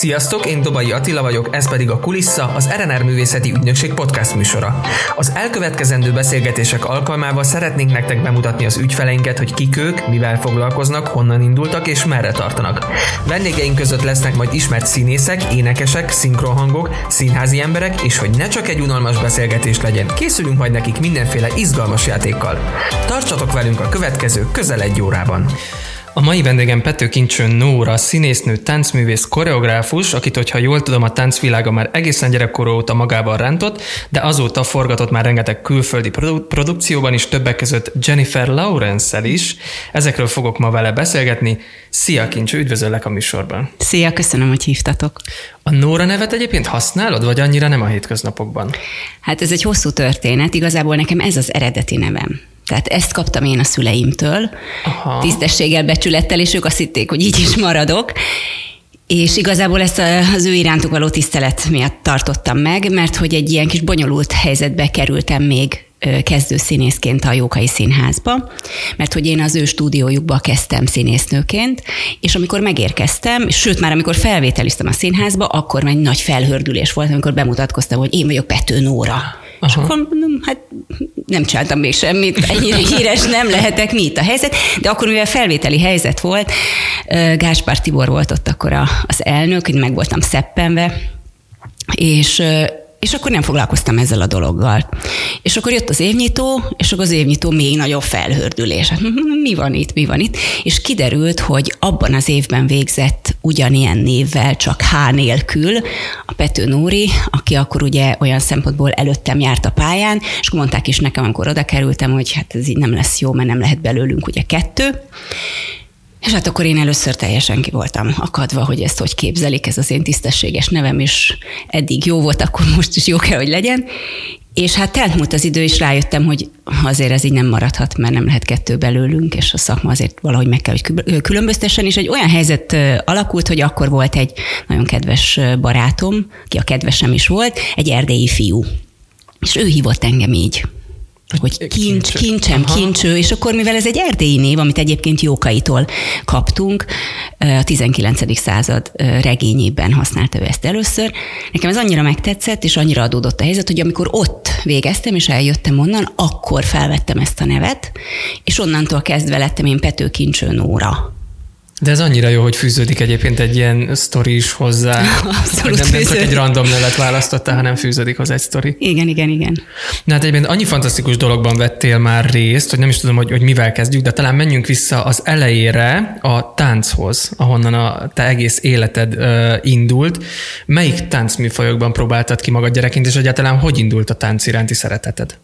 Sziasztok, én Dobai Attila vagyok, ez pedig a Kulissza, az RNR Művészeti Ügynökség podcast műsora. Az elkövetkezendő beszélgetések alkalmával szeretnénk nektek bemutatni az ügyfeleinket, hogy kik ők, mivel foglalkoznak, honnan indultak és merre tartanak. Vendégeink között lesznek majd ismert színészek, énekesek, szinkronhangok, színházi emberek, és hogy ne csak egy unalmas beszélgetés legyen, készülünk majd nekik mindenféle izgalmas játékkal. Tartsatok velünk a következő közel egy órában. A mai vendégem Pető Kincső Nóra, színésznő, táncművész, koreográfus, akit, hogyha jól tudom, a táncvilága már egészen gyerekkora óta magával rántott, de azóta forgatott már rengeteg külföldi produkcióban is, többek között Jennifer Lawrence-szel is. Ezekről fogok ma vele beszélgetni. Szia Kincső, üdvözöllek a műsorban. Szia, köszönöm, hogy hívtatok. A Nóra nevet egyébként használod, vagy annyira nem a hétköznapokban? Hát ez egy hosszú történet, igazából nekem ez az eredeti nevem. Tehát ezt kaptam én a szüleimtől, tisztességgel, becsülettel, és ők azt hitték, hogy így is maradok. És igazából ezt az ő irántuk való tisztelet miatt tartottam meg, mert hogy egy ilyen kis bonyolult helyzetbe kerültem még kezdő színészként a Jókai Színházba, mert hogy én az ő stúdiójukba kezdtem színésznőként, és amikor megérkeztem, sőt már amikor felvételiztem a színházba, akkor már egy nagy felhördülés volt, amikor bemutatkoztam, hogy én vagyok Pető Nóra. És akkor mondom, hát nem csináltam még semmit, ennyire híres nem lehetek, mi itt a helyzet, de akkor mivel felvételi helyzet volt, Gáspár Tibor volt ott akkor az elnök, hogy meg voltam szeppenve, és akkor nem foglalkoztam ezzel a dologgal. És akkor jött az évnyitó, és akkor az évnyitó még nagyobb felhördülés. Mi van itt? És kiderült, hogy abban az évben végzett ugyanilyen névvel, csak H nélkül a Pető Nóri, aki akkor ugye olyan szempontból előttem járt a pályán, és akkor mondták is nekem, amikor oda kerültem, hogy hát ez így nem lesz jó, mert nem lehet belőlünk ugye 2. És hát akkor én először teljesen ki voltam akadva, hogy ezt hogy képzelik, ez az én tisztességes nevem, és eddig jó volt, akkor most is jó kell, hogy legyen. És hát teltmúlt az idő, és rájöttem, hogy azért ez így nem maradhat, mert nem lehet 2 belőlünk, és a szakma azért valahogy meg kell, hogy különböztessen. És egy olyan helyzet alakult, hogy akkor volt egy nagyon kedves barátom, ki a kedvesem is volt, egy erdélyi fiú. És ő hívott engem így, hogy Kincső, és akkor mivel ez egy erdélyi név, amit egyébként Jókaitól kaptunk, a 19. század regényében használta ő ezt először. Nekem ez annyira megtetszett, és annyira adódott a helyzet, hogy amikor ott végeztem, és eljöttem onnan, akkor felvettem ezt a nevet, és onnantól kezdve lettem én Pető Kincső Nóra. De ez annyira jó, hogy fűződik egyébként egy ilyen sztori is hozzá. Abszolút nem csak egy random nevet választottál, hanem fűződik hozzá egy sztori. Igen. Na hát egyébként annyi fantasztikus dologban vettél már részt, hogy nem is tudom, hogy mivel kezdjük, de talán menjünk vissza az elejére a tánchoz, ahonnan a te egész életed indult. Melyik táncműfajokban próbáltad ki magad gyerekként, és egyáltalán hogy indult a tánc iránti szereteted?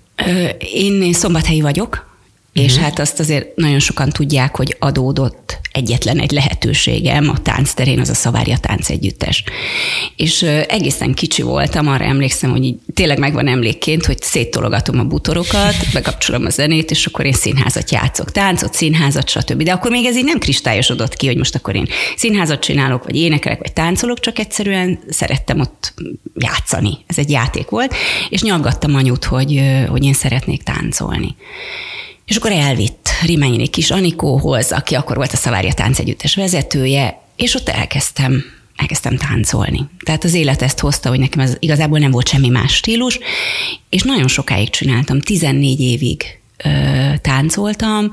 Én szombathelyi vagyok, és hát azt azért nagyon sokan tudják, hogy adódott egyetlen egy lehetőségem a táncterén, az a Szavária Táncegyüttes. És egészen kicsi voltam, arra emlékszem, hogy így tényleg megvan emlékként, hogy széttologatom a butorokat, bekapcsolom a zenét, és akkor én színházat játszok, táncot, színházat, stb. De akkor még ez így nem kristályosodott ki, hogy most akkor én színházat csinálok, vagy énekelek, vagy táncolok, csak egyszerűen szerettem ott játszani. Ez egy játék volt, és nyaggattam anyut, hogy én szeretnék táncolni. És akkor elvitt Rimányi kis Anikóhoz, aki akkor volt a Szavária Táncegyüttes vezetője, és ott elkezdtem táncolni. Tehát az élet ezt hozta, hogy nekem ez igazából nem volt semmi más stílus, és nagyon sokáig csináltam, 14 évig táncoltam,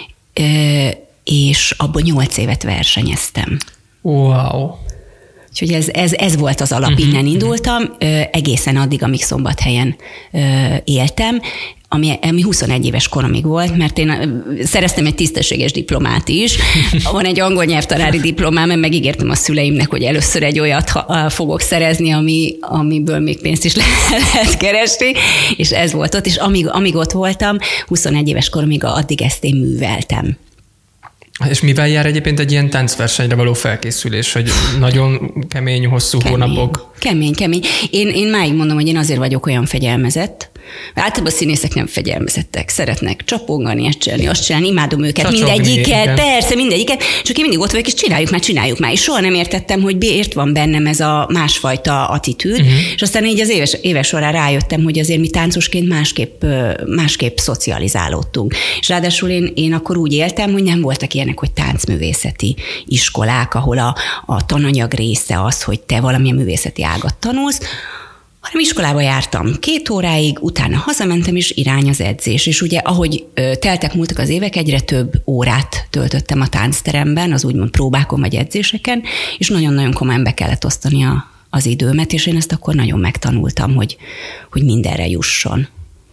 és abban 8 évet versenyeztem. Wow! Úgyhogy ez volt az alap, innen indultam, egészen addig, amíg Szombathelyen éltem, ami 21 éves koromig volt, mert én szereztem egy tisztességes diplomát is. Van egy angol nyelvtanári diplomám, én megígértem a szüleimnek, hogy először egy olyat fogok szerezni, amiből még pénzt is lehet keresni, és ez volt ott, és amíg ott voltam, 21 éves koromig, addig ezt én műveltem. És mivel jár egyébként egy ilyen táncversenyre való felkészülés, hogy nagyon kemény, hosszú hónapok? Kemény. Én máig mondom, hogy én azért vagyok olyan fegyelmezett, Általában a színészek nem fegyelmezettek, szeretnek csapongani, ezt csinálni, azt csinálni, imádom őket, Csacsogni, mindegyiket, igen. persze, mindegyiket, csak én mindig ott vagyok, és csináljuk már. És soha nem értettem, hogy miért van bennem ez a másfajta attitűd, és aztán így az éves során rájöttem, hogy azért mi táncosként másképp szocializálódtunk. És ráadásul én akkor úgy éltem, hogy nem voltak ilyenek, hogy táncművészeti iskolák, ahol a tananyag része az, hogy te valamilyen művészeti ágat tanulsz, hanem iskolába jártam 2 óráig, utána hazamentem, és irány az edzés. És ugye, ahogy múltak az évek, egyre több órát töltöttem a táncteremben, az úgymond próbákon vagy edzéseken, és nagyon-nagyon komolyan be kellett osztani az időmet, és én ezt akkor nagyon megtanultam, hogy mindenre jusson.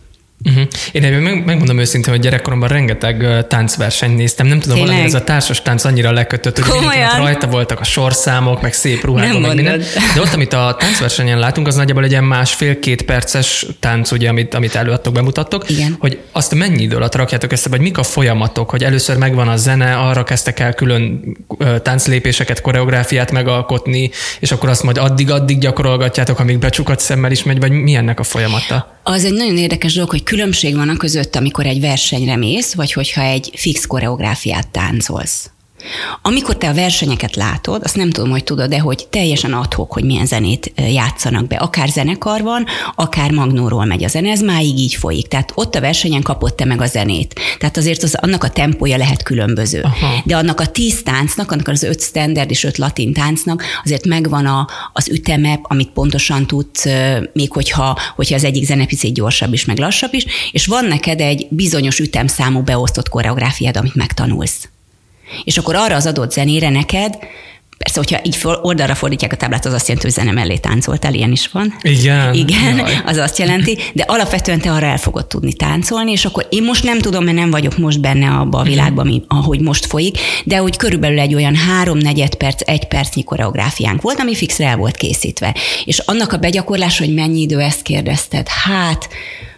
Én megmondom őszintén, hogy gyerekkoromban rengeteg táncversenyt néztem. Nem tudom, valami ez a társas tánc annyira lekötött, hogy rajta voltak a sorszámok, meg szép ruhákban, meg minden. De ott, amit a táncversenyen látunk, az nagyjából egy ilyen 1,5-2 perces tánc, ugye, amit előadtok, bemutattok. Igen. Hogy azt mennyi idő alatt rakjátok össze, vagy mik a folyamatok, hogy először megvan a zene, arra kezdtek el külön tánclépéseket, koreográfiát megalkotni, és akkor azt majd addig gyakorolgatjátok, amíg becsukott szemmel is megy, vagy mi ennek a folyamata? Az egy nagyon érdekes dolog, hogy különbség van a között, amikor egy versenyre mész, vagy hogyha egy fix koreográfiát táncolsz. Amikor te a versenyeket látod, azt nem tudom, hogy tudod, de hogy teljesen ad-hoc, hogy milyen zenét játszanak be. Akár zenekar van, akár magnóról megy a zene, ez máig így folyik. Tehát ott a versenyen kapod te meg a zenét. Tehát azért annak a tempója lehet különböző. Aha. De annak a 10 táncnak, annak az 5 standard és 5 latin táncnak azért megvan az üteme, amit pontosan tudsz, még hogyha az egyik zene picit gyorsabb is, meg lassabb is, és van neked egy bizonyos ütemszámú beosztott koreográfiád, amit megtanulsz. És akkor arra az adott zenére neked, persze, hogyha így oldalra fordítják a táblát, az azt jelenti, hogy zene mellé táncoltál, ilyen is van. Igen. Igen, az azt jelenti, de alapvetően te arra el fogod tudni táncolni, és akkor én most nem tudom, mert nem vagyok most benne abban a világban, ahogy most folyik, de hogy körülbelül egy olyan 3-4 perc, 1 percnyi koreográfiánk volt, ami fixre el volt készítve. És annak a begyakorlása, hogy mennyi idő, ezt kérdezted, hát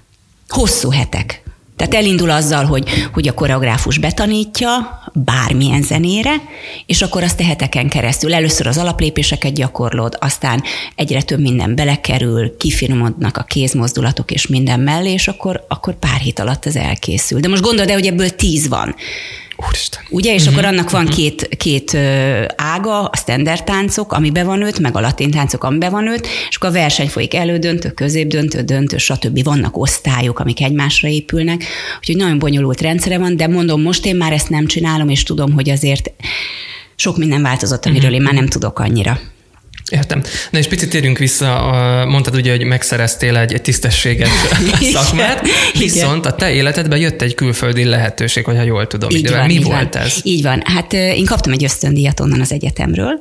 hosszú hetek. Tehát elindul azzal, hogy a koreográfus betanítja bármilyen zenére, és akkor azt heteken keresztül először az alaplépéseket gyakorlod, aztán egyre több minden belekerül, kifinomodnak a kézmozdulatok és minden mellé, és akkor pár hét alatt ez elkészül. De most gondold el, hogy ebből 10 van. Úristen. Ugye, és akkor annak van két ága, a standard táncok, amiben van 5, meg a latin táncok, amiben van 5, és akkor a verseny folyik elődöntő, középdöntő, döntő, stb. Vannak osztályok, amik egymásra épülnek, úgyhogy nagyon bonyolult rendszere van, de mondom, most én már ezt nem csinálom, és tudom, hogy azért sok minden változott, amiről én már nem tudok annyira. Értem. Na és picit térjünk vissza, mondtad ugye, hogy megszereztél egy tisztességes szakmát, viszont a te életedben jött egy külföldi lehetőség, hogyha jól tudom. Mi volt ez? Így van. Hát én kaptam egy ösztöndíjat onnan az egyetemről,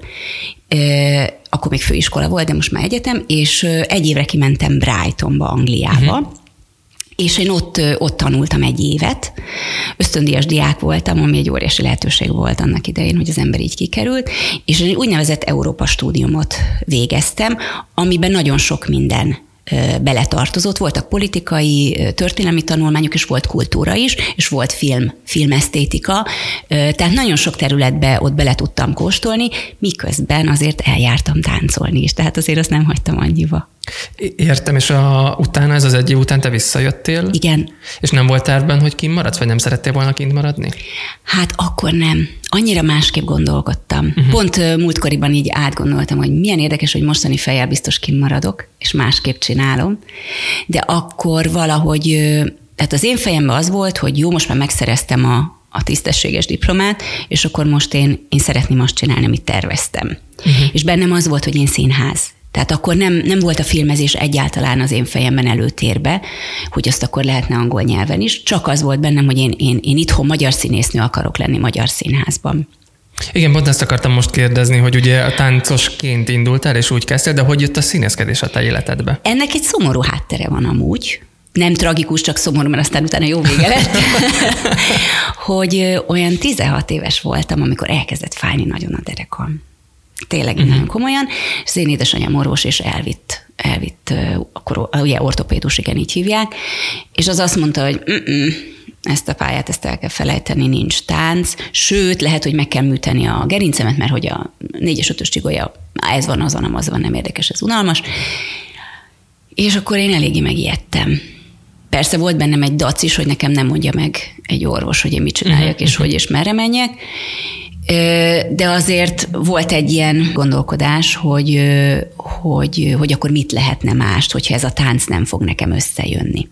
akkor még főiskola volt, de most már egyetem, és 1 évre kimentem Brightonba, Angliába, és én ott tanultam 1 évet. Ösztöndíjas diák voltam, ami egy óriási lehetőség volt annak idején, hogy az ember így kikerült, és egy úgynevezett Európa stúdiumot végeztem, amiben nagyon sok minden beletartozott. Voltak politikai, történelmi tanulmányok, és volt kultúra is, és volt filmesztétika, tehát nagyon sok területbe ott bele tudtam kóstolni, miközben azért eljártam táncolni is, tehát azért azt nem hagytam annyiba. Értem, és utána, ez az 1 év után te visszajöttél? Igen. És nem volt tervben, hogy kint maradsz, vagy nem szerettél volna kint maradni? Hát akkor nem. Annyira másképp gondolkodtam. Pont múltkoriban így átgondoltam, hogy milyen érdekes, hogy mostani fejjel biztos kint maradok, és másképp csinálom. De akkor valahogy, tehát az én fejemben az volt, hogy jó, most már megszereztem a tisztességes diplomát, és akkor most én szeretném azt csinálni, amit terveztem. És bennem az volt, hogy én színház. Tehát akkor nem volt a filmezés egyáltalán az én fejemben előtérbe, hogy azt akkor lehetne angol nyelven is, csak az volt bennem, hogy én itthon magyar színésznő akarok lenni magyar színházban. Igen, pont ezt akartam most kérdezni, hogy ugye a táncosként indultál, és úgy kezdtél, de hogy jött a színészkedés a te életedbe? Ennek egy szomorú háttere van amúgy. Nem tragikus, csak szomorú, mert aztán utána jó vége lett. Hogy olyan 16 éves voltam, amikor elkezdett fájni nagyon a derekam. Tényleg nagyon komolyan, és az én édesanyám orvos, és elvitt akkor ugye ortopédus, igen, így hívják, és az azt mondta, hogy ezt a pályát, ezt el kell felejteni, nincs tánc, sőt, lehet, hogy meg kell műteni a gerincemet, mert hogy a 4-es 5-ös csigolya, ez van, az van, nem érdekes, ez unalmas. És akkor én eléggé megijedtem. Persze volt bennem egy dac is, hogy nekem nem mondja meg egy orvos, hogy én mit csináljak, és hogy és merre menjek. De azért volt egy ilyen gondolkodás, hogy akkor mit lehetne mást, hogyha ez a tánc nem fog nekem összejönni.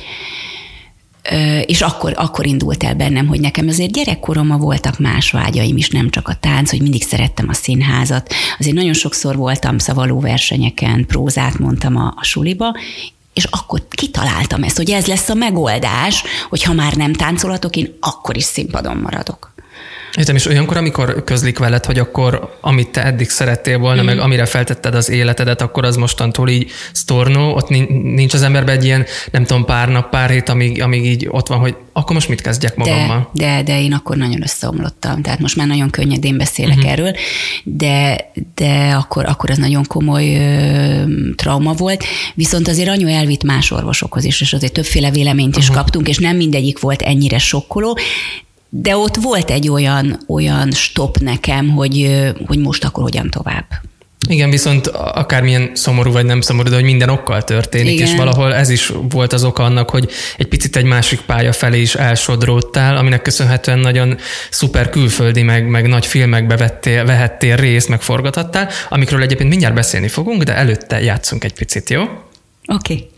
És akkor indult el bennem, hogy nekem azért gyerekkoromban voltak más vágyaim is, nem csak a tánc, hogy mindig szerettem a színházat. Azért nagyon sokszor voltam szavalóversenyeken, prózát mondtam a suliba, és akkor kitaláltam ezt, hogy ez lesz a megoldás, hogy ha már nem táncolhatok, én akkor is színpadon maradok. Értem, és olyankor, amikor közlik veled, hogy akkor, amit te eddig szerettél volna, meg amire feltetted az életedet, akkor az mostantól így sztornó, ott nincs az emberben egy ilyen, nem tudom, pár nap, pár hét, amíg így ott van, hogy akkor most mit kezdjek magammal? De én akkor nagyon összeomlottam, tehát most már nagyon könnyedén beszélek erről, de akkor ez nagyon komoly trauma volt, viszont azért anyu elvitt más orvosokhoz is, és azért többféle véleményt is kaptunk, és nem mindegyik volt ennyire sokkoló, de ott volt egy olyan stop nekem, hogy most akkor hogyan tovább. Igen, viszont akármilyen szomorú vagy nem szomorú, de hogy minden okkal történik, igen. És valahol ez is volt az oka annak, hogy egy picit egy másik pálya felé is elsodródtál, aminek köszönhetően nagyon szuper külföldi, meg nagy filmekbe vehettél részt, meg forgathattál, amikről egyébként mindjárt beszélni fogunk, de előtte játszunk egy picit, jó? Oké.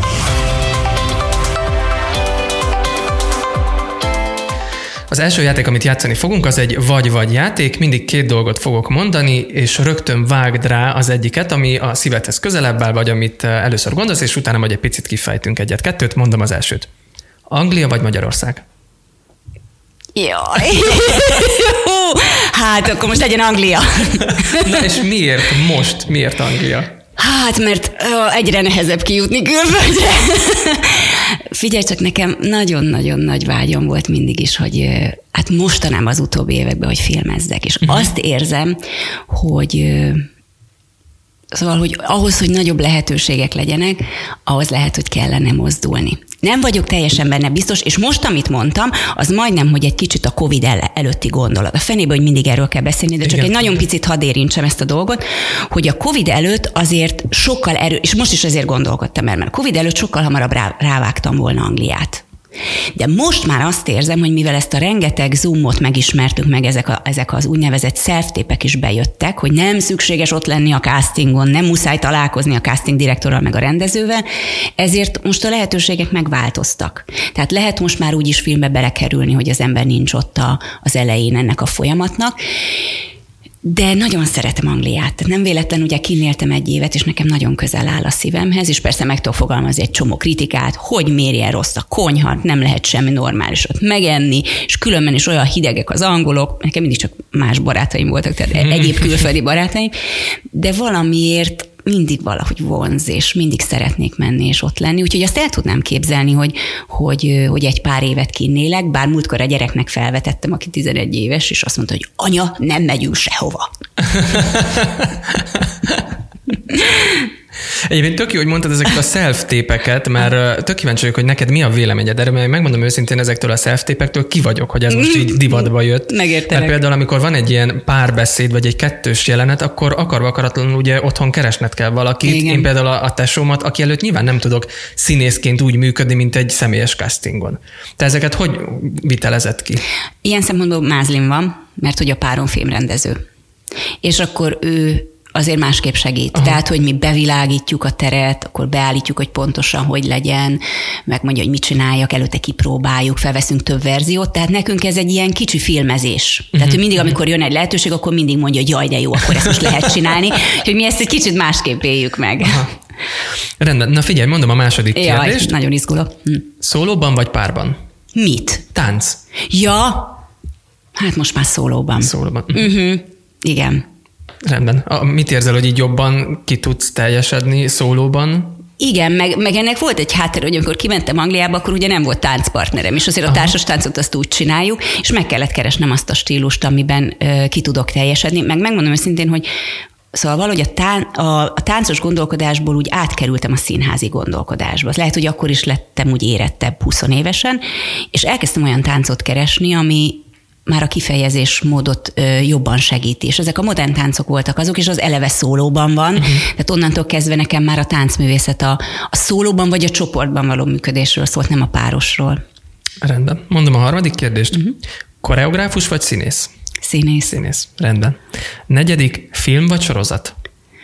Az első játék, amit játszani fogunk, az egy vagy-vagy játék, mindig 2 dolgot fogok mondani, és rögtön vágd rá az egyiket, ami a szívedhez közelebb áll, vagy amit először gondolsz, és utána majd egy picit kifejtünk 1-2, mondom az elsőt. Anglia vagy Magyarország? Jaj! Hát akkor most legyen Anglia. Na és miért Anglia? Hát, mert egyre nehezebb kijutni külföldre. Figyelj csak, nekem nagyon-nagyon nagy vágyam volt mindig is, hogy hát mostanában az utóbbi években, hogy filmezzek, és azt érzem, hogy szóval, hogy ahhoz, hogy nagyobb lehetőségek legyenek, ahhoz lehet, hogy kellene mozdulni. Nem vagyok teljesen benne biztos, és most, amit mondtam, az majdnem, hogy egy kicsit a Covid előtti gondolat. A fenében, hogy mindig erről kell beszélni, de csak egy nagyon picit hadd érintsem ezt a dolgot, hogy a Covid előtt azért sokkal és most is azért gondolkodtam, mert a Covid előtt sokkal hamarabb rávágtam volna Angliát. De most már azt érzem, hogy mivel ezt a rengeteg Zoomot megismertük, meg ezek az úgynevezett self-tapek is bejöttek, hogy nem szükséges ott lenni a castingon, nem muszáj találkozni a casting direktorral meg a rendezővel, ezért most a lehetőségek megváltoztak. Tehát lehet most már úgy is filmbe belekerülni, hogy az ember nincs ott az elején ennek a folyamatnak, de nagyon szeretem Angliát. Tehát nem véletlenül ugye kinéltem 1 évet, és nekem nagyon közel áll a szívemhez, és persze meg tudok fogalmazni egy csomó kritikát, hogy miért ilyen rossz a konyha, nem lehet semmi normálisat megenni, és különben is olyan hidegek az angolok, nekem mindig csak más barátaim voltak, tehát egyéb külföldi barátaim, de valamiért mindig valahogy vonz, és mindig szeretnék menni és ott lenni. Úgyhogy azt el tudnám képzelni, hogy egy pár évet kinnélek, bár múltkor a gyereknek felvetettem, aki 11 éves, és azt mondta, hogy anya, nem megyünk sehova. Egyébként tök jó, hogy mondtad ezeket a self-tépeket, mert tök kíváncsi vagyok, hogy neked mi a véleményed erről, mert megmondom őszintén, ezektől a self-tépektől ki vagyok, hogy ez most így divatba jött. Megértelek. Mert például, amikor van egy ilyen párbeszéd, vagy egy 2-s jelenet, akkor akarva akaratlanul ugye otthon keresned kell valakit. Igen. Én például a tesómat, aki előtt nyilván nem tudok színészként úgy működni, mint egy személyes castingon. Te ezeket hogy vitelezed ki? Ilyen szempontból mázlim van, mert hogy a párom filmrendező. És akkor ő azért másképp segít. Aha. Tehát, hogy mi bevilágítjuk a teret, akkor beállítjuk, hogy pontosan hogy legyen, megmondja, hogy mit csináljak, előtte kipróbáljuk, felveszünk több verziót, tehát nekünk ez egy ilyen kicsi filmezés. Tehát, hogy mindig, amikor jön egy lehetőség, akkor mindig mondja, hogy jaj, de jó, akkor ezt most lehet csinálni, hogy mi ezt egy kicsit másképp éljük meg. Aha. Rendben. Na figyelj, mondom a második kérdést. Nagyon izgulok. Szólóban vagy párban? Mit? Tánc. Ja, hát most már szólóban. Szólóban. Igen. Rendben. Mit érzel, hogy így jobban ki tudsz teljesedni szólóban? Igen, meg ennek volt egy háttér, hogy amikor kimentem Angliába, akkor ugye nem volt táncpartnerem, és azért a társas táncot azt úgy csináljuk, és meg kellett keresnem azt a stílust, amiben ki tudok teljesedni. Meg megmondom őszintén, hogy szóval valahogy a táncos gondolkodásból úgy átkerültem a színházi gondolkodásba. Lehet, hogy akkor is lettem úgy érettebb 20 évesen, és elkezdtem olyan táncot keresni, már a kifejezés módot jobban segíti. És ezek a modern táncok voltak azok, és az eleve szólóban van, tehát onnantól kezdve nekem már a táncművészet a szólóban vagy a csoportban való működésről szólt, nem a párosról. Rendben. Mondom a harmadik kérdést. Koreográfus vagy színész? Színész. Színész. Rendben. Negyedik, film vagy sorozat?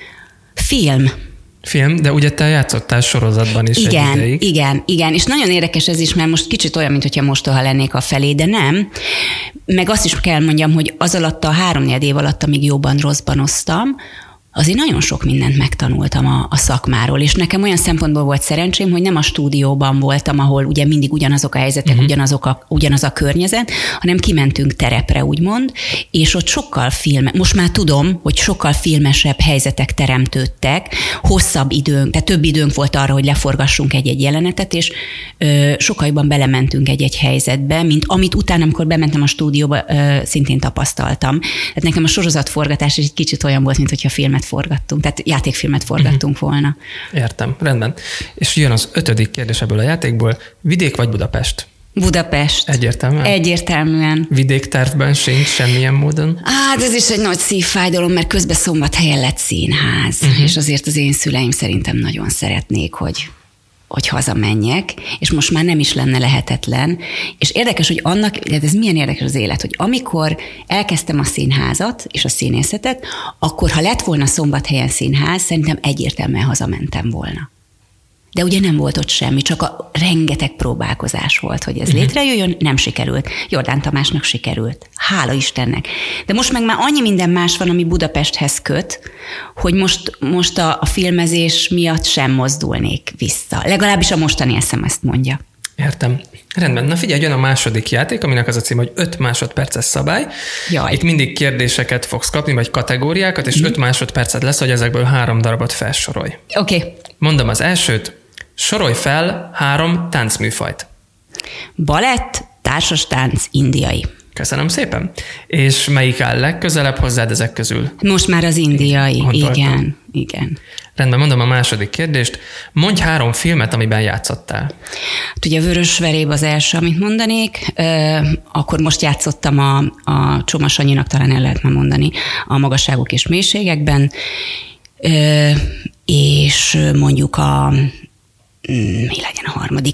Film, de ugye te játszottál sorozatban is egy ideig. Igen. És nagyon érdekes ez is, mert most kicsit olyan, mintha mostoha lennék a felé, de nem. Meg azt is kell mondjam, hogy az alatt a 3-4 év alatt, amíg jóban rosszban osztam, azért nagyon sok mindent megtanultam a szakmáról, és nekem olyan szempontból volt szerencsém, hogy nem a stúdióban voltam, ahol ugye mindig ugyanazok a helyzetek, ugyanaz a környezet, hanem kimentünk terepre, úgymond, és ott most már tudom, hogy sokkal filmesebb helyzetek teremtődtek, hosszabb időnk, tehát több időnk volt arra, hogy leforgassunk egy-egy jelenetet, és sokkal jobban belementünk egy-egy helyzetbe, mint amit utána, amikor bementem a stúdióba, szintén tapasztaltam. Tehát nekem a sorozatforgatás egy kicsit olyan volt, mint hogyha filmet forgattunk, tehát játékfilmet forgattunk volna. Értem, rendben. És jön az 5. kérdés ebből a játékból. Vidék vagy Budapest? Budapest. Egyértelműen? Egyértelműen. Vidéktervben sincs semmilyen módon? Hát ez is egy nagy szívfájdalom, mert közben Szombathelyen lett színház, és azért az én szüleim szerintem nagyon szeretnék, hogy hazamenjek, és most már nem is lenne lehetetlen. És érdekes, hogy ez milyen érdekes az élet, hogy amikor elkezdtem a színházat és a színészetet, akkor ha lett volna Szombathelyen színház, szerintem egyértelműen hazamentem volna. De ugye nem volt ott semmi, csak a rengeteg próbálkozás volt, hogy ez létrejöjjön, nem sikerült. Jordán Tamásnak sikerült. Hála Istennek. De most meg már annyi minden más van, ami Budapesthez köt, hogy most a filmezés miatt sem mozdulnék vissza. Legalábbis a mostani eszem ezt mondja. Értem. Rendben. Na figyelj, jön a második játék, aminek az a cím, hogy 5 másodperces szabály. Jaj. Itt mindig kérdéseket fogsz kapni, vagy kategóriákat, és 5 másodpercet lesz, hogy ezekből 3 darabot felsorolj. Oké. Mondom az elsőt. Sorolj fel 3 táncműfajt. Balett, társastánc, indiai. Köszönöm szépen. És melyik áll legközelebb hozzád ezek közül? Most már az indiai, igen. Rendben, mondom a második kérdést. Mondj 3 filmet, amiben játszottál. Hát ugye a Vörösveréb az első, amit mondanék. Akkor most játszottam a Csoma Sanyinak, talán el lehetne mondani, a Magasságok és mélységekben. És mondjuk mi legyen a harmadik?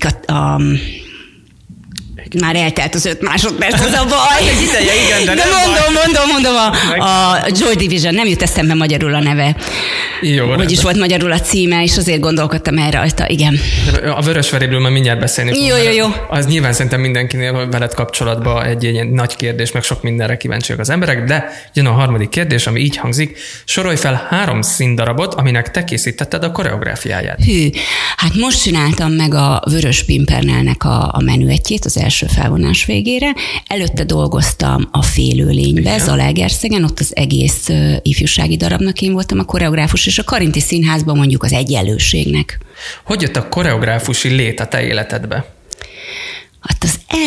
Már eltelt az 5 másodperc, az a baj. De mondom, a Joy Division, nem jut eszembe magyarul a neve. Jó, hogy is volt magyarul a címe, és azért gondolkodtam el rajta, igen. A Vörösverébről már mindjárt beszélni fogunk. Jó. Az nyilván szerintem mindenkinél veled kapcsolatban egy ilyen nagy kérdés, meg sok mindenre kíváncsiak az emberek, de jön a harmadik kérdés, ami így hangzik. Sorolj fel 3 színdarabot, aminek te készítetted a koreográfiáját. Hát most csináltam meg a Vörös Pimpernelnek a menüetjét az első felvonás végére. Előtte dolgoztam a Félőlénybe, Zalaegerszegen, ott az egész ifjúsági darabnak én voltam a koreográfus, és a Karinti Színházban mondjuk az Egyenlőségnek. Hogy jött a koreográfusi lét a te életedbe? Hát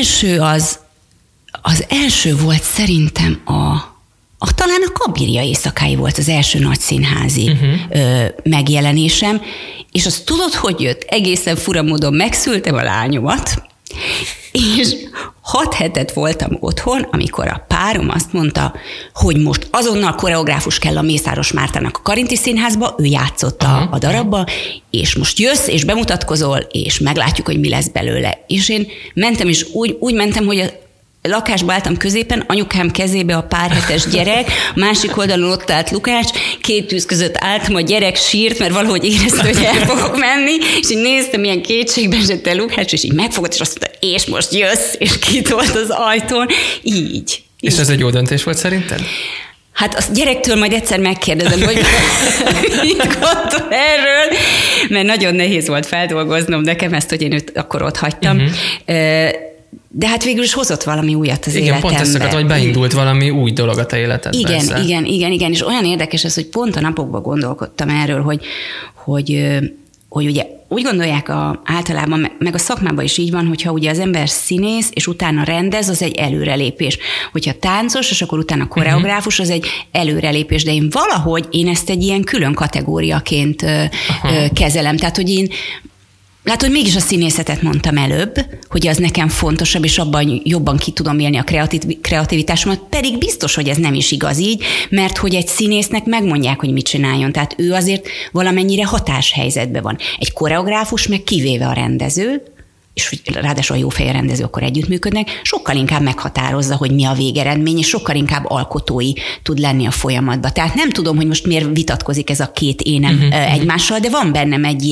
az első volt szerintem talán a Kabiria éjszakái volt az első nagy színházi megjelenésem, és azt tudod, hogy jött? Egészen fura módon megszültem a lányomat, és 6 hetet voltam otthon, amikor a párom azt mondta, hogy most azonnal koreográfus kell a Mészáros Mártának a Karinti Színházba, ő játszotta a darabba, és most jössz, és bemutatkozol, és meglátjuk, hogy mi lesz belőle. És én mentem, és úgy mentem, hogy a lakásba álltam középen, anyukám kezébe a pár hetes gyerek, másik oldalon ott állt Lukács, 2 tűz között álltam, a gyerek sírt, mert valahogy érezte, hogy el fogok menni, és így néztem, milyen kétségben esett Lukács, és így megfogott, és azt mondta, és most jössz, és kitolt az ajtón, így. És ez egy jó döntés volt szerinted? Hát a gyerektől majd egyszer megkérdezem, hogy mit gondol erről, mert nagyon nehéz volt feldolgoznom nekem ezt, hogy én őt akkor ott hagytam. De hát végül is hozott valami újat az életembe. Igen, pont ezt akadt, hogy beindult valami új dolog a te életedben. Igen, és olyan érdekes ez, hogy pont a napokban gondolkodtam erről, hogy ugye úgy gondolják általában, meg a szakmában is így van, hogyha ugye az ember színész, és utána rendez, az egy előrelépés. Hogyha táncos, és akkor utána koreográfus, az egy előrelépés. De én ezt egy ilyen külön kategóriaként kezelem. Tehát, hogy Látod, hogy mégis a színészetet mondtam előbb, hogy az nekem fontosabb, és abban jobban ki tudom élni a kreativitásomat, pedig biztos, hogy ez nem is igaz így, mert hogy egy színésznek megmondják, hogy mit csináljon, tehát ő azért valamennyire hatáshelyzetben van. Egy koreográfus meg kivéve a rendező, és ráadásul a jó feje rendező akkor együttműködnek, sokkal inkább meghatározza, hogy mi a végeredmény, és sokkal inkább alkotói tud lenni a folyamatban. Tehát nem tudom, hogy most miért vitatkozik ez a két énem egymással, de van bennem egy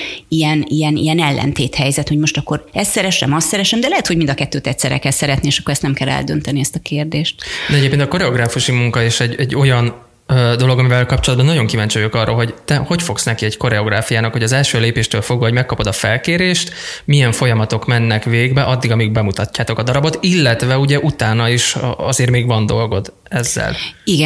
ilyen ellentéthelyzet, hogy most akkor ezt szeressem, azt szeressem, de lehet, hogy mind a kettőt egyszerre kell szeretni, és akkor ezt nem kell eldönteni, ezt a kérdést. De egyébként a koreográfusi munka is egy olyan dolog, amivel kapcsolatban nagyon kíváncsi vagyok arra, hogy te hogy fogsz neki egy koreográfiának, hogy az első lépéstől fogva, hogy megkapod a felkérést, milyen folyamatok mennek végbe addig, amíg bemutatjátok a darabot, illetve ugye utána is azért még van dolgod ezzel.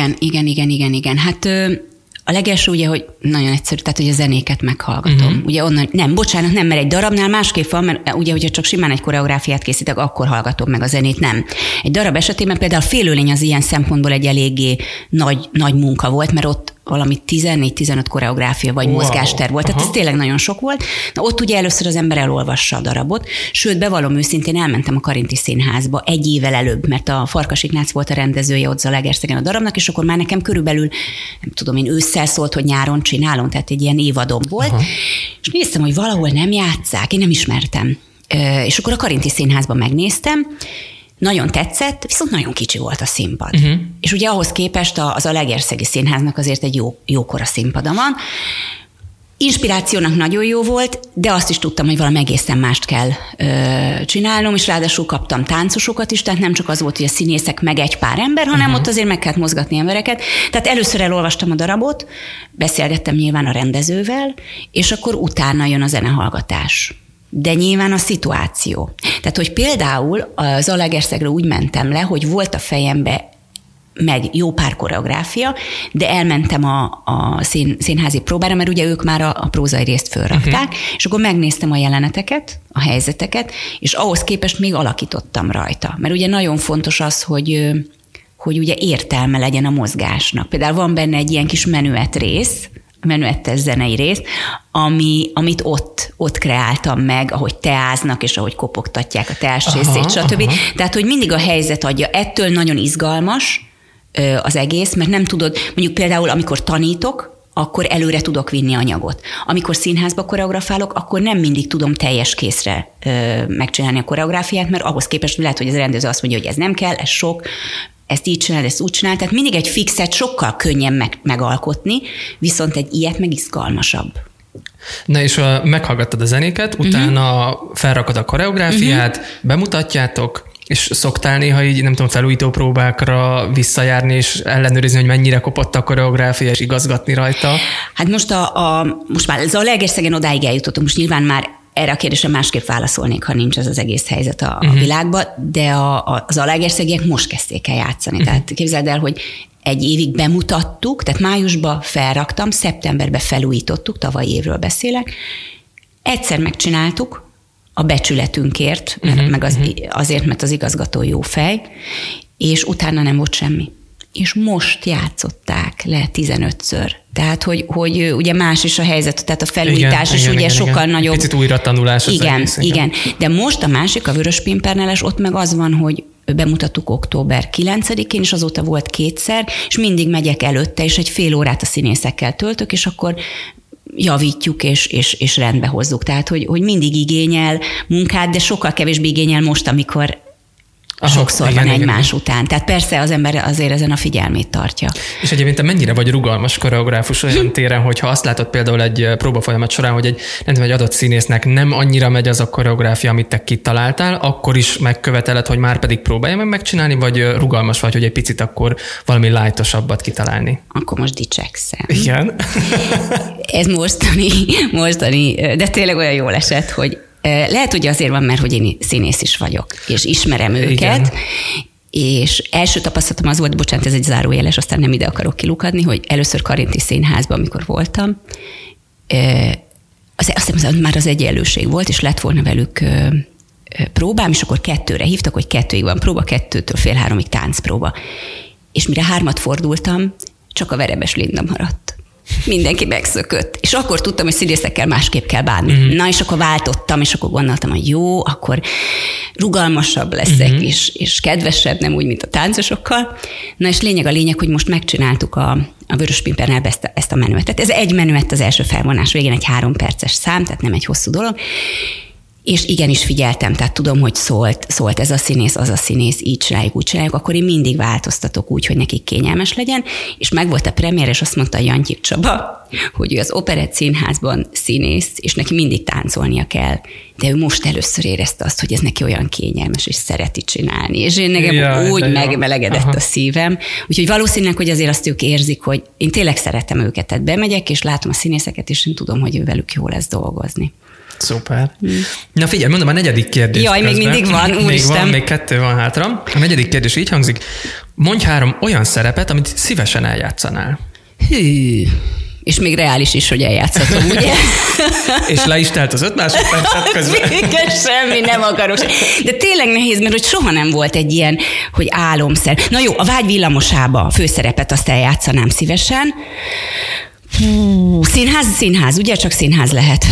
Igen. Hát a legelső ugye, hogy nagyon egyszerű, tehát hogy a zenéket meghallgatom. Ugye onnan, mert egy darabnál másképp van, mert ugye, hogyha csak simán egy koreográfiát készítek, akkor hallgatom meg a zenét, nem. Egy darab esetében például a Félőlény az ilyen szempontból egy eléggé nagy munka volt, mert ott valami 14-15 koreográfia vagy mozgásterv volt. Tehát ez tényleg nagyon sok volt. Na, ott ugye először az ember elolvassa a darabot, sőt, bevallom őszintén, elmentem a Karinti Színházba 1 évvel előbb, mert a Farkas Ignác volt a rendezője ott Zalaegerszegen a darabnak, és akkor már nekem körülbelül, nem tudom én, ősszel szólt, hogy nyáron csinálom, tehát egy ilyen évadom volt. És néztem, hogy valahol nem játsszák, én nem ismertem. És akkor a Karinti Színházban megnéztem, nagyon tetszett, viszont nagyon kicsi volt a színpad. És ugye ahhoz képest az Zalaegerszegi Színháznak azért egy jókora színpada van. Inspirációnak nagyon jó volt, de azt is tudtam, hogy valami egészen mást kell csinálnom, és ráadásul kaptam táncosokat is, tehát nem csak az volt, hogy a színészek meg egy pár ember, hanem ott azért meg kellett mozgatni embereket. Tehát először elolvastam a darabot, beszélgettem nyilván a rendezővel, és akkor utána jön a zenehallgatás. De nyilván a szituáció. Tehát, hogy például az Zalaegerszegre úgy mentem le, hogy volt a fejembe meg jó pár koreográfia, de elmentem a színházi próbára, mert ugye ők már a prózai részt fölrakták, és akkor megnéztem a jeleneteket, a helyzeteket, és ahhoz képest még alakítottam rajta. Mert ugye nagyon fontos az, hogy ugye értelme legyen a mozgásnak. Például van benne egy ilyen kis menüett rész, menüettes zenei rész, amit ott kreáltam meg, ahogy teáznak, és ahogy kopogtatják a teás részét, stb. Tehát, hogy mindig a helyzet adja. Ettől nagyon izgalmas az egész, mert nem tudod, mondjuk például, amikor tanítok, akkor előre tudok vinni anyagot. Amikor színházba koreografálok, akkor nem mindig tudom teljes készre megcsinálni a koreográfiát, mert ahhoz képest lehet, hogy az rendező azt mondja, hogy ez nem kell, ez sok, ezt így csinál, ezt úgy csinál, tehát mindig egy fixet sokkal könnyebb megalkotni, viszont egy ilyet meg izgalmasabb. Na és meghallgattad a zenéket, utána felrakod a koreográfiát, bemutatjátok, és szoktál néha így, nem tudom, felújító próbákra visszajárni, és ellenőrizni, hogy mennyire kopott a koreográfia, és igazgatni rajta? Hát most már Zalaegerszegen odáig eljutottunk, most nyilván már erre a kérdésre másképp válaszolnék, ha nincs ez az egész helyzet a világban, de az zalaegerszegiek most kezdték el játszani. Tehát képzeld el, hogy 1 évig bemutattuk, tehát májusban felraktam, szeptemberben felújítottuk, tavaly évről beszélek. Egyszer megcsináltuk a becsületünkért, meg azért, mert az igazgató jó fej, és utána nem volt semmi. És most játszották le 15-ször. Tehát, hogy ugye más is a helyzet, tehát a felújítás is ugye sokkal nagyobb. Picit újra tanulás az egész. Igen. De most a másik, a Vörös-Pimpernel-es, ott meg az van, hogy bemutattuk október 9-én, és azóta volt 2-szer, és mindig megyek előtte, és egy fél órát a színészekkel töltök, és akkor javítjuk, és rendbe hozzuk. Tehát, hogy mindig igényel munkát, de sokkal kevésbé igényel most, amikor sokszor van egymás után. Tehát persze az ember azért ezen a figyelmét tartja. És egyébként te mennyire vagy rugalmas koreográfus olyan téren, hogyha azt látod például egy próbafolyamat során, hogy egy adott színésznek nem annyira megy az a koreográfia, amit te kitaláltál, akkor is megköveteled, hogy már pedig próbálja meg megcsinálni, vagy rugalmas vagy, hogy egy picit akkor valami lightosabbat kitalálni? Akkor most dicsekszem. Igen. Ez mostani, de tényleg olyan jól esett, hogy lehet, hogy azért van, mert hogy én színész is vagyok, és ismerem őket, igen. És első tapasztalatom az volt, bocsánat, ez egy zárójeles, aztán nem ide akarok kilukadni, hogy először Karinti Színházban, amikor voltam, azt hiszem, már az egyenlőség volt, és lett volna velük próbám, és akkor 2-re hívtak, hogy 2-ig van próba, 2-től fél 3-ig táncpróba. És mire 3-at fordultam, csak a Verebes Linda maradt. Mindenki megszökött. És akkor tudtam, hogy színészekkel másképp kell bánni. Na, és akkor váltottam, és akkor gondoltam, hogy jó, akkor rugalmasabb leszek, és kedvesebb, nem úgy, mint a táncosokkal. Na, és lényeg, hogy most megcsináltuk a Vörös Pimpernel ezt a menüetet. Ez egy menüet az első felvonás végén, egy 3 perces szám, tehát nem egy hosszú dolog. És igenis figyeltem, tehát tudom, hogy szólt ez a színész, az a színész, így csináljuk, úgy csináljuk, akkor én mindig változtatok úgy, hogy nekik kényelmes legyen, és megvolt a premier, és azt mondta Jantyik Csaba, hogy ő az Operett Színházban színész, és neki mindig táncolnia kell. De ő most először érezte azt, hogy ez neki olyan kényelmes, és szereti csinálni. És én nekem úgy megmelegedett a szívem. Úgyhogy valószínűleg, hogy azért azt ők érzik, hogy én tényleg szeretem őket, tehát bemegyek, és látom a színészeket, és én tudom, hogy velük jó lesz dolgozni. Szuper. Na figyelj, mondom a 4. kérdés. Jaj, még mindig van, úristen. Még 2 van hátra. A 4. kérdés így hangzik. Mondj 3 olyan szerepet, amit szívesen eljátszanál. Hű. És még reális is, hogy eljátszhatom, ugye? És le is telt az 5 másodpercet közben. Igen, semmi, nem akarok. De tényleg nehéz, mert hogy soha nem volt egy ilyen, hogy álomszer. Na jó, a Vágy villamosába a főszerepet azt eljátszanám szívesen. Színház, ugye? Csak színház lehet.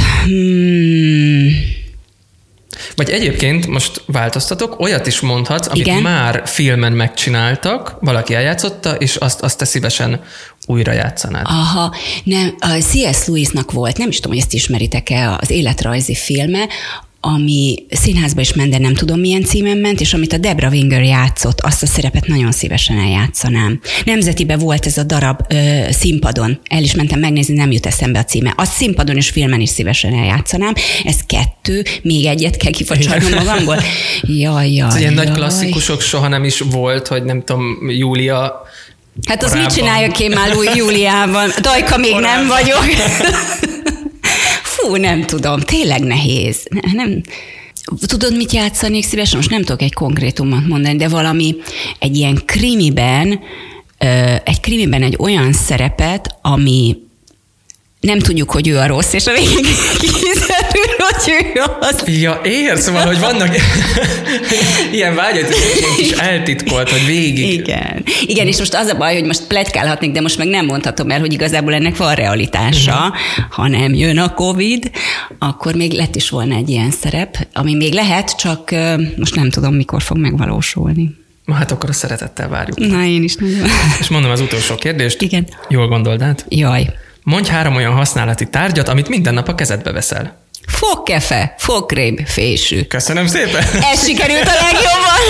Vagy egyébként most változtatok, olyat is mondhatsz, amit igen? már filmen megcsináltak, valaki eljátszotta, és azt te szívesen újra játszanád. Aha, nem, a C.S. Lewisnak volt, nem is tudom, hogy ezt ismeritek-e, az életrajzi filme, ami színházba is ment, de nem tudom milyen címen ment, és amit a Debra Winger játszott, azt a szerepet nagyon szívesen eljátszanám. Nemzetiben volt ez a darab színpadon, el is mentem megnézni, nem jut eszembe a címe. A színpadon és filmen is szívesen eljátszanám. Ez 2, még egyet kell kifacsarnom magamból. Jaj. Ilyen nagy klasszikusok soha nem is volt, hogy nem tudom, Júlia. Hát az mit csináljak én már Júliában? Dajka még nem vagyok. Fú, nem tudom, tényleg nehéz. Nem. Tudod, mit játszanék szívesen? Most nem tudok egy konkrétumot mondani, de valami egy ilyen krimiben egy olyan szerepet, ami nem tudjuk, hogy ő a rossz, és a végén kiderül, hogy ő az. Ja, érsz, szóval, hogy vannak ilyen vágyat, ilyen kis eltitkolt, hogy végig. Igen, és most az a baj, hogy most pletykálhatnék, de most meg nem mondhatom el, hogy igazából ennek van realitása, ha nem jön a Covid, akkor még lett is volna egy ilyen szerep, ami még lehet, csak most nem tudom, mikor fog megvalósulni. Hát akkor a szeretettel várjuk. Na, én is nagyon. És mondom az utolsó kérdést. Igen. Jól gondold át? Jaj. Mondj 3 olyan használati tárgyat, amit minden nap a kezedbe veszel. Fogkefe, fogkrém, fésű. Köszönöm szépen. Ez sikerült a legjobban.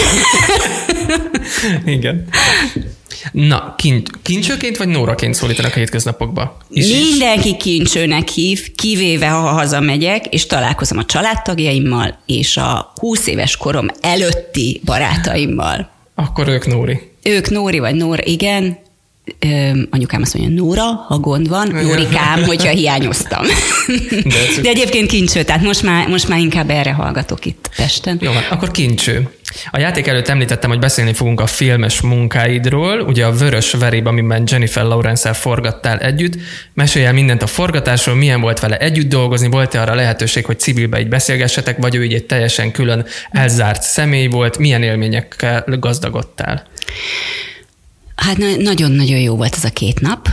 Igen. Na, kincsőként vagy Nóraként szólítanak a hétköznapokba? Mindenki kincsőnek hív, kivéve ha hazamegyek, és találkozom a családtagjaimmal, és a 20 éves korom előtti barátaimmal. Akkor ők Nóri. Ők Nóri vagy Nóra, igen. Anyukám azt mondja, Nóra, ha gond van, Nórikám, hogyha hiányoztam. De egyébként kincső, tehát most már inkább erre hallgatok itt Pesten. Jó van, akkor kincső. A játék előtt említettem, hogy beszélni fogunk a filmes munkáidról, ugye a Vörös Veréb, amiben Jennifer Lawrence-el forgattál együtt. Mesélj el mindent a forgatásról, milyen volt vele együtt dolgozni, volt-e arra lehetőség, hogy civilbe így beszélgessetek, vagy ő így egy teljesen külön elzárt személy volt, milyen élményekkel gazdagodtál? Hát nagyon-nagyon jó volt ez a 2 nap,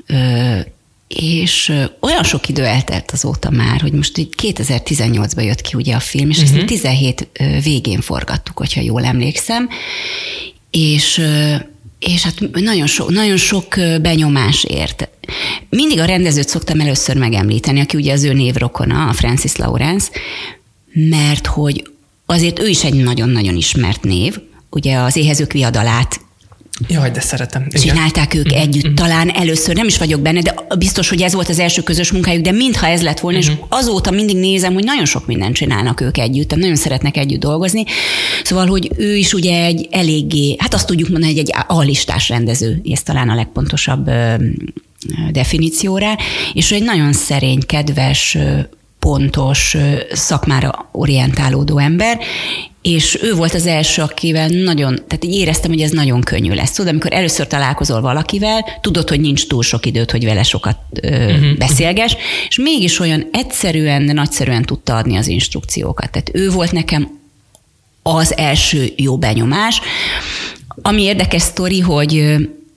és olyan sok idő eltelt azóta már, hogy most így 2018-ban jött ki ugye a film, és ezt 17 végén forgattuk, hogyha jól emlékszem, és hát nagyon sok benyomás ért. Mindig a rendezőt szoktam először megemlíteni, aki ugye az ő névrokona, a Francis Lawrence, mert hogy azért ő is egy nagyon-nagyon ismert név, ugye az Éhezők viadalát Jaj, de szeretem. Igen. Csinálták ők együtt, talán először, nem is vagyok benne, de biztos, hogy ez volt az első közös munkájuk, de mintha ez lett volna, és azóta mindig nézem, hogy nagyon sok mindent csinálnak ők együtt, tehát nagyon szeretnek együtt dolgozni. Szóval, hogy ő is ugye egy eléggé, hát azt tudjuk mondani, hogy egy A-listás rendező, ez talán a legpontosabb definíció rá, és ő egy nagyon szerény, kedves, pontos, szakmára orientálódó ember, és ő volt az első, akivel tehát így éreztem, hogy ez nagyon könnyű lesz. Tudod, amikor először találkozol valakivel, tudod, hogy nincs túl sok időt, hogy vele sokat beszélges, és mégis olyan egyszerűen, de nagyszerűen tudta adni az instrukciókat. Tehát ő volt nekem az első jó benyomás. Ami érdekes sztori, hogy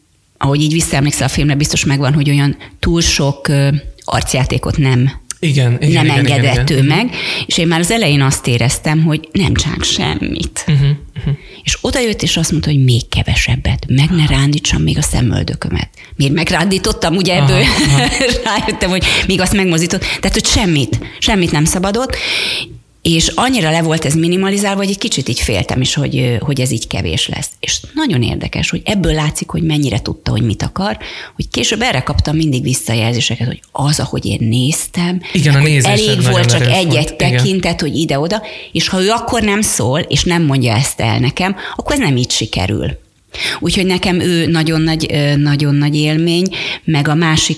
ahogy így visszaemlékszel a filmre, biztos megvan, hogy olyan túl sok arcjátékot nem engedett ő meg, és én már az elején azt éreztem, hogy nem csinálok semmit. És odajött, és azt mondta, hogy még kevesebbet, meg ne rándítsam még a szemöldökömet. Miért megrándítottam, ugye ebből rájöttem, hogy még azt megmozdított. Tehát, hogy semmit nem szabadott, és annyira le volt ez minimalizálva, hogy egy kicsit így féltem is, hogy ez így kevés lesz. És nagyon érdekes, hogy ebből látszik, hogy mennyire tudta, hogy mit akar, hogy később erre kaptam mindig visszajelzéseket, hogy az, ahogy én néztem, igen, elég volt csak egy tekintet, hogy ide-oda, és ha ő akkor nem szól, és nem mondja ezt el nekem, akkor ez nem így sikerül. Úgyhogy nekem ő nagyon nagy élmény, meg a másik,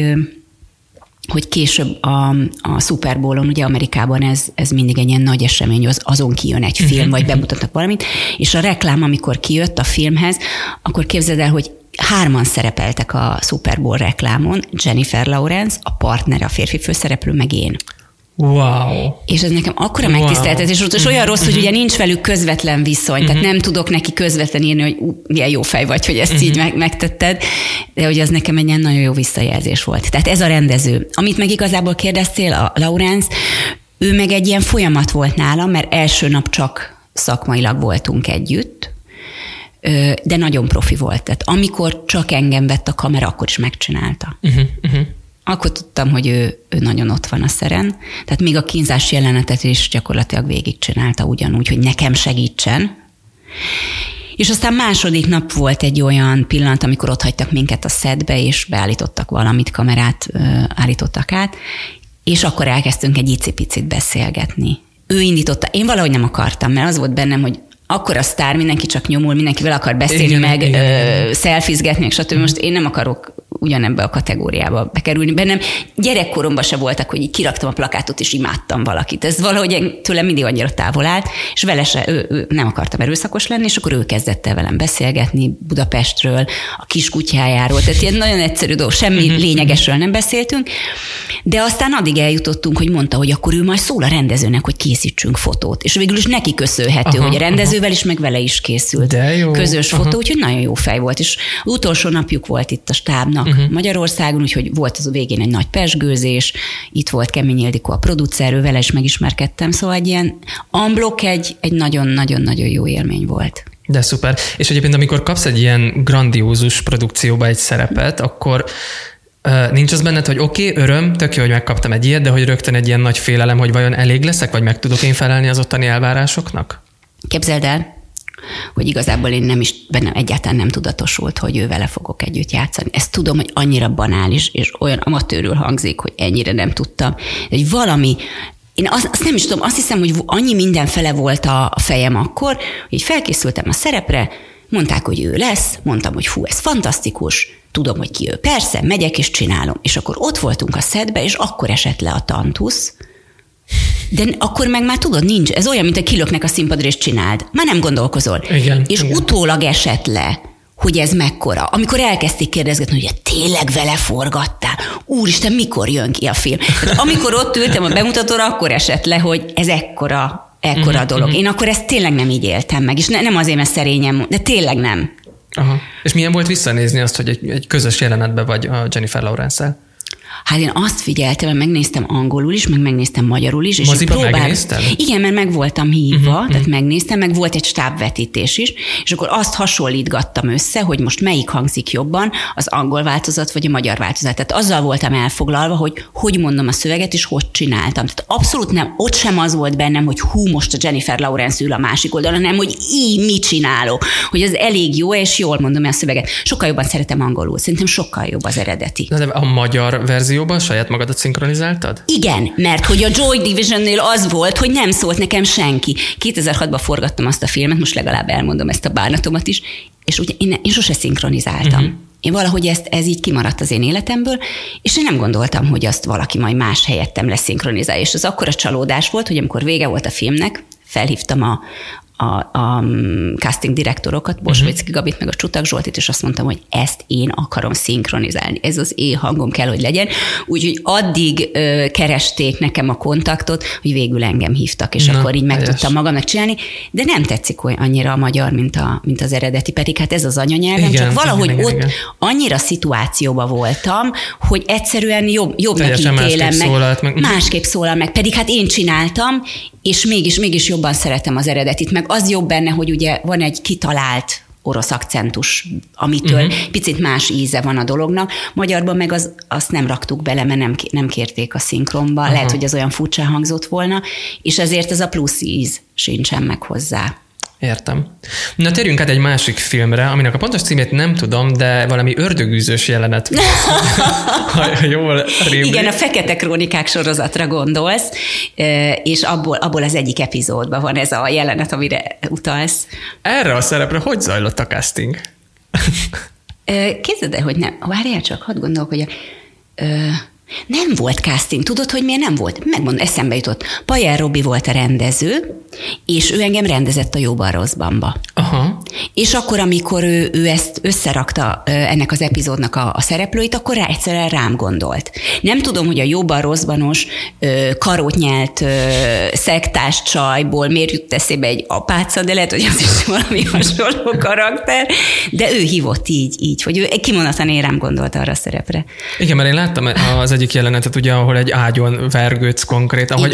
hogy később a Super Bowl-on, ugye Amerikában ez mindig egy ilyen nagy esemény, azon kijön egy film, vagy bemutatnak valamit, és a reklám, amikor kijött a filmhez, akkor képzeld el, hogy 3 szerepeltek a Super Bowl reklámon, Jennifer Lawrence, a partner, a férfi főszereplő, meg én. Wow. És ez nekem akkora megtiszteltetés volt, és olyan rossz, hogy ugye nincs velük közvetlen viszony, tehát nem tudok neki közvetlen írni, hogy milyen jó fej vagy, hogy ezt így megtetted, de hogy az nekem egy ilyen nagyon jó visszajelzés volt. Tehát ez a rendező. Amit meg igazából kérdeztél, a Lawrence, ő meg egy ilyen folyamat volt nálam, mert első nap csak szakmailag voltunk együtt, de nagyon profi volt. Tehát amikor csak engem vett a kamera, akkor is megcsinálta. Akkor tudtam, hogy ő nagyon ott van a szeren. Tehát még a kínzás jelenetet is gyakorlatilag végigcsinálta ugyanúgy, hogy nekem segítsen. És aztán második nap volt egy olyan pillanat, amikor ott hagytak minket a szedbe, és beállítottak valamit, kamerát állítottak át, és akkor elkezdtünk egy icipicit beszélgetni. Ő indította, én valahogy nem akartam, mert az volt bennem, hogy akkor a sztár, mindenki csak nyomul, mindenkivel akar beszélni, szelfizgetni, és stb. Most én nem akarok ugyanebbe a kategóriába bekerülni. Bennem gyerekkoromban se voltak, hogy így kiraktam a plakátot, és imádtam valakit. Ez valahogy tőlem mindig annyira távol állt, és vele se, ő nem akartam erőszakos lenni, és akkor ő kezdett el velem beszélgetni Budapestről, a kiskutyájáról, tehát ilyen nagyon egyszerű dolog, semmi lényegesről nem beszéltünk, de aztán addig eljutottunk, hogy mondta, hogy akkor ő majd szól a rendezőnek, hogy készítsünk fotót. És végül is neki köszönhető, hogy a rendezővel is, meg vele is készült közös fotó, úgyhogy nagyon jó fej volt. És utolsó napjuk volt itt a stábnak Magyarországon, úgyhogy volt az a végén egy nagy pezsgőzés, itt volt Kemény Ildikó a producer, vele is megismerkedtem, szóval egy ilyen unblock egy nagyon-nagyon-nagyon jó élmény volt. De szuper. És egyébként amikor kapsz egy ilyen grandiózus produkcióba egy szerepet, akkor nincs az benned, hogy oké, öröm, tök jó, hogy megkaptam egy ilyet, de hogy rögtön egy ilyen nagy félelem, hogy vajon elég leszek, vagy meg tudok én felelni az ottani elvárásoknak? Képzeld el, hogy igazából én bennem egyáltalán nem tudatosult, hogy ő vele fogok együtt játszani. Ezt tudom, hogy annyira banális, és olyan amatőrül hangzik, hogy ennyire nem tudtam. Hogy valami, én azt nem is tudom, azt hiszem, hogy annyi mindenfele volt a fejem akkor, hogy felkészültem a szerepre, mondták, hogy ő lesz, mondtam, hogy ez fantasztikus, tudom, hogy ki ő. Persze, megyek és csinálom. És akkor ott voltunk a szedbe, és akkor esett le a tantusz, de akkor meg már tudod, nincs. Ez olyan, mint a kilöknek a színpadra, és csináld. Már nem gondolkozol. Igen, és igen. Utólag esett le, hogy ez mekkora. Amikor elkezdték kérdezgetni, hogy tényleg vele forgattál? Úristen, mikor jön ki a film? Tehát amikor ott ültem a bemutatóra, akkor esett le, hogy ez ekkora dolog. Én akkor ezt tényleg nem így éltem meg, és nem azért, mert szerényem, de tényleg nem. Aha. És milyen volt visszanézni azt, hogy egy közös jelenetben vagy a Jennifer Lawrence-el? Hát én azt figyeltem, mert megnéztem angolul is, meg megnéztem magyarul is. Moziban megnéztem? Igen, mert meg voltam hívva, tehát megnéztem, meg volt egy stábvetítés is, és akkor azt hasonlítgattam össze, hogy most melyik hangzik jobban, az angol változat, vagy a magyar változat. Tehát azzal voltam elfoglalva, hogy mondom a szöveget, és hogy csináltam. Tehát abszolút nem, ott sem az volt bennem, hogy most a Jennifer Lawrence ül a másik oldalon, hanem hogy mit csinálok, hogy az elég jó, és jól mondom a szöveget. Sokkal jobban szeretem angolul, szerintem sokkal jobb az eredeti. De a magyar verzióban saját magadat szinkronizáltad? Igen, mert hogy a Joy Divisionnél az volt, hogy nem szólt nekem senki. 2006-ban forgattam azt a filmet, most legalább elmondom ezt a bánatomat is, és ugye én sose szinkronizáltam. Én valahogy ez így kimaradt az én életemből, és én nem gondoltam, hogy azt valaki majd más helyettem leszinkronizálja. És az akkora csalódás volt, hogy amikor vége volt a filmnek, felhívtam a casting direktorokat, Bosvicki Gabit, meg a Csutak Zsoltit, és azt mondtam, hogy ezt én akarom szinkronizálni. Ez az én hangom kell, hogy legyen. Úgyhogy addig keresték nekem a kontaktot, hogy végül engem hívtak, és akkor így meg tudtam magamnak csinálni, de nem tetszik annyira a magyar, mint az eredeti, pedig hát ez az anyanyelvem, csak valahogy ott annyira szituációban voltam, hogy egyszerűen jobbnak ítélem meg. Másképp szólal meg, pedig hát én csináltam, és mégis jobban szeretem az eredetit, meg az jobb benne, hogy ugye van egy kitalált orosz akcentus, amitől picit más íze van a dolognak. Magyarban meg azt nem raktuk bele, mert nem kérték a szinkronba. Lehet, hogy az olyan furcsa hangzott volna, és ezért ez a plusz íz sincsen meg hozzá. Értem. Na térjünk át egy másik filmre, aminek a pontos címét nem tudom, de valami ördögűzős jelenet. Ha jól rémlik. Igen, a Fekete Krónikák sorozatra gondolsz, és abból az egyik epizódban van ez a jelenet, amire utalsz. Erre a szerepre hogy zajlott a casting? Képzeld el, hogy nem. Várjál csak, hadd gondolkodjak. Nem volt casting. Tudod, hogy miért nem volt? Megmondom, eszembe jutott. Pajer Robi volt a rendező, és ő engem rendezett a Jóban Rosszbanba. Aha. És akkor, amikor ő ezt összerakta ennek az epizódnak a szereplőit, akkor egyszerűen rám gondolt. Nem tudom, hogy a Jóban Rosszbanos karót nyelt szektás csajból miért jut eszébe egy apáca, de lehet, hogy az is valami hasonló karakter, de ő hívott így, hogy ő kimondottan én rám gondolt arra a szerepre. Igen, mert én láttam az egyik jelenetet, ugye, ahol egy ágyon vergődsz konkrétan, hogy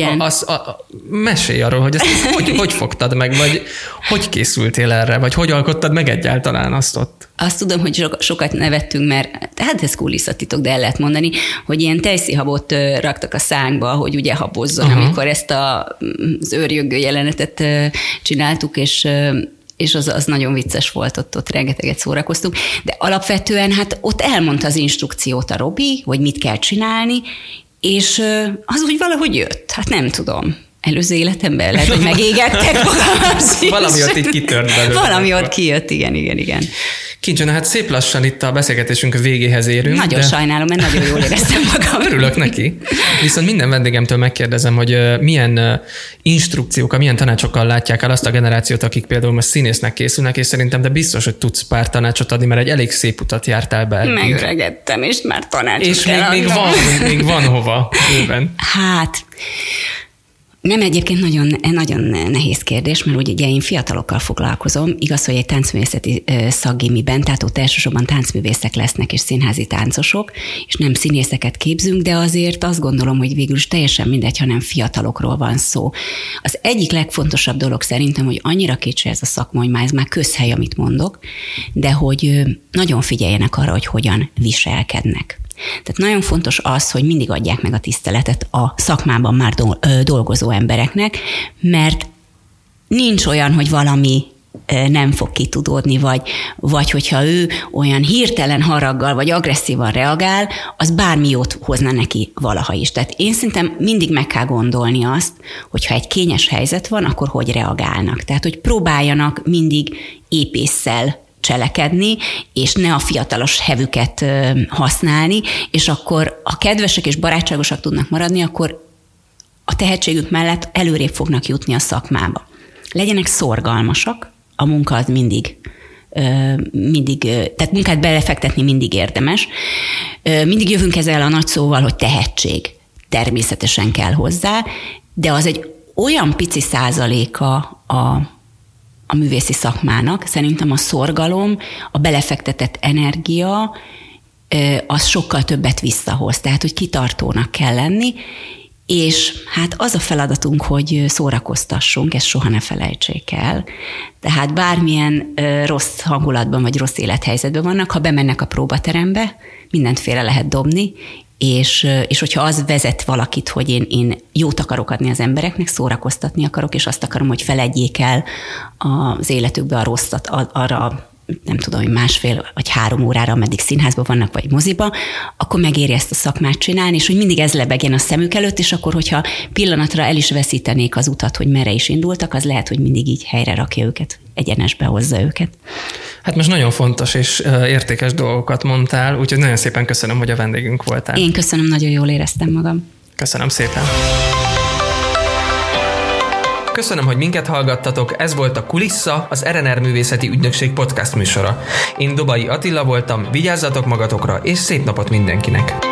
mesélj arról, hogy ezt hogy fogtad meg, vagy hogy készültél erre, vagy hogy alkottad meg egyáltalán azt ott? Azt tudom, hogy sokat nevettünk, mert hát ez kulisszatitok, de el lehet mondani, hogy ilyen tejszíhabot raktak a szánkba, hogy ugye habozzon, amikor ezt az őrjöggő jelenetet csináltuk, és az nagyon vicces volt, ott rengeteget szórakoztunk, de alapvetően hát ott elmondta az instrukciót a Robi, hogy mit kell csinálni, és az úgy valahogy jött, hát nem tudom. Előző életemben lehet, hogy megégettek magam. Valami ott így kitört belőle. Valami ott kijött, igen. Kincsen, hát szép lassan itt a beszélgetésünk végéhez érünk. Nagyon sajnálom, mert nagyon jól éreztem magam. Örülök neki. Viszont minden vendégemtől megkérdezem, hogy milyen instrukciókkal, milyen tanácsokkal látják el azt a generációt, akik például most színésznek készülnek, és szerintem te biztos, hogy tudsz pár tanácsot adni, mert egy elég szép utat jártál be. Megöregedtem, és már tanácsot és kell még van hova bőven. Hát... Nem, egyébként nagyon nehéz kérdés, mert ugye én fiatalokkal foglalkozom. Igaz, hogy egy táncművészeti szakgimiben, tehát ott elsősorban táncművészek lesznek és színházi táncosok, és nem színészeket képzünk, de azért azt gondolom, hogy végül is teljesen mindegy, hanem fiatalokról van szó. Az egyik legfontosabb dolog szerintem, hogy annyira kicsi ez a szakma, hogy ez már közhely, amit mondok, de hogy nagyon figyeljenek arra, hogy hogyan viselkednek. Tehát nagyon fontos az, hogy mindig adják meg a tiszteletet a szakmában már dolgozó embereknek, mert nincs olyan, hogy valami nem fog kitudódni, vagy hogyha ő olyan hirtelen haraggal, vagy agresszívan reagál, az bármi jót hozna neki valaha is. Tehát én szerintem mindig meg kell gondolni azt, hogyha egy kényes helyzet van, akkor hogy reagálnak. Tehát, hogy próbáljanak mindig épésszel cselekedni, és ne a fiatalos hevüket használni, és akkor ha kedvesek és barátságosak tudnak maradni, akkor a tehetségük mellett előrébb fognak jutni a szakmába. Legyenek szorgalmasak, a munka az mindig, tehát munkát belefektetni mindig érdemes. Mindig jövünk ezzel a nagy szóval, hogy tehetség természetesen kell hozzá, de az egy olyan pici százaléka a művészi szakmának. Szerintem a szorgalom, a belefektetett energia, az sokkal többet visszahoz. Tehát, hogy kitartónak kell lenni, és hát az a feladatunk, hogy szórakoztassunk, ezt soha ne felejtsék el. Tehát bármilyen rossz hangulatban vagy rossz élethelyzetben vannak, ha bemennek a próbaterembe, mindent félre lehet dobni, és hogyha az vezet valakit, hogy én jót akarok adni az embereknek, szórakoztatni akarok, és azt akarom, hogy feledjék el az életükbe a rosszat arra, nem tudom, hogy 1,5 vagy 3 órára, ameddig színházban vannak, vagy moziba, akkor megéri ezt a szakmát csinálni, és hogy mindig ez lebegjen a szemük előtt, és akkor, hogyha pillanatra el is veszítenék az utat, hogy merre is indultak, az lehet, hogy mindig így helyre rakja őket, egyenesbe hozza őket. Hát most nagyon fontos és értékes dolgokat mondtál, úgyhogy nagyon szépen köszönöm, hogy a vendégünk voltál. Én köszönöm, nagyon jól éreztem magam. Köszönöm szépen. Köszönöm, hogy minket hallgattatok, ez volt a Kulissza, az RNR Művészeti Ügynökség podcast műsora. Én Dobai Attila voltam, vigyázzatok magatokra, és szép napot mindenkinek!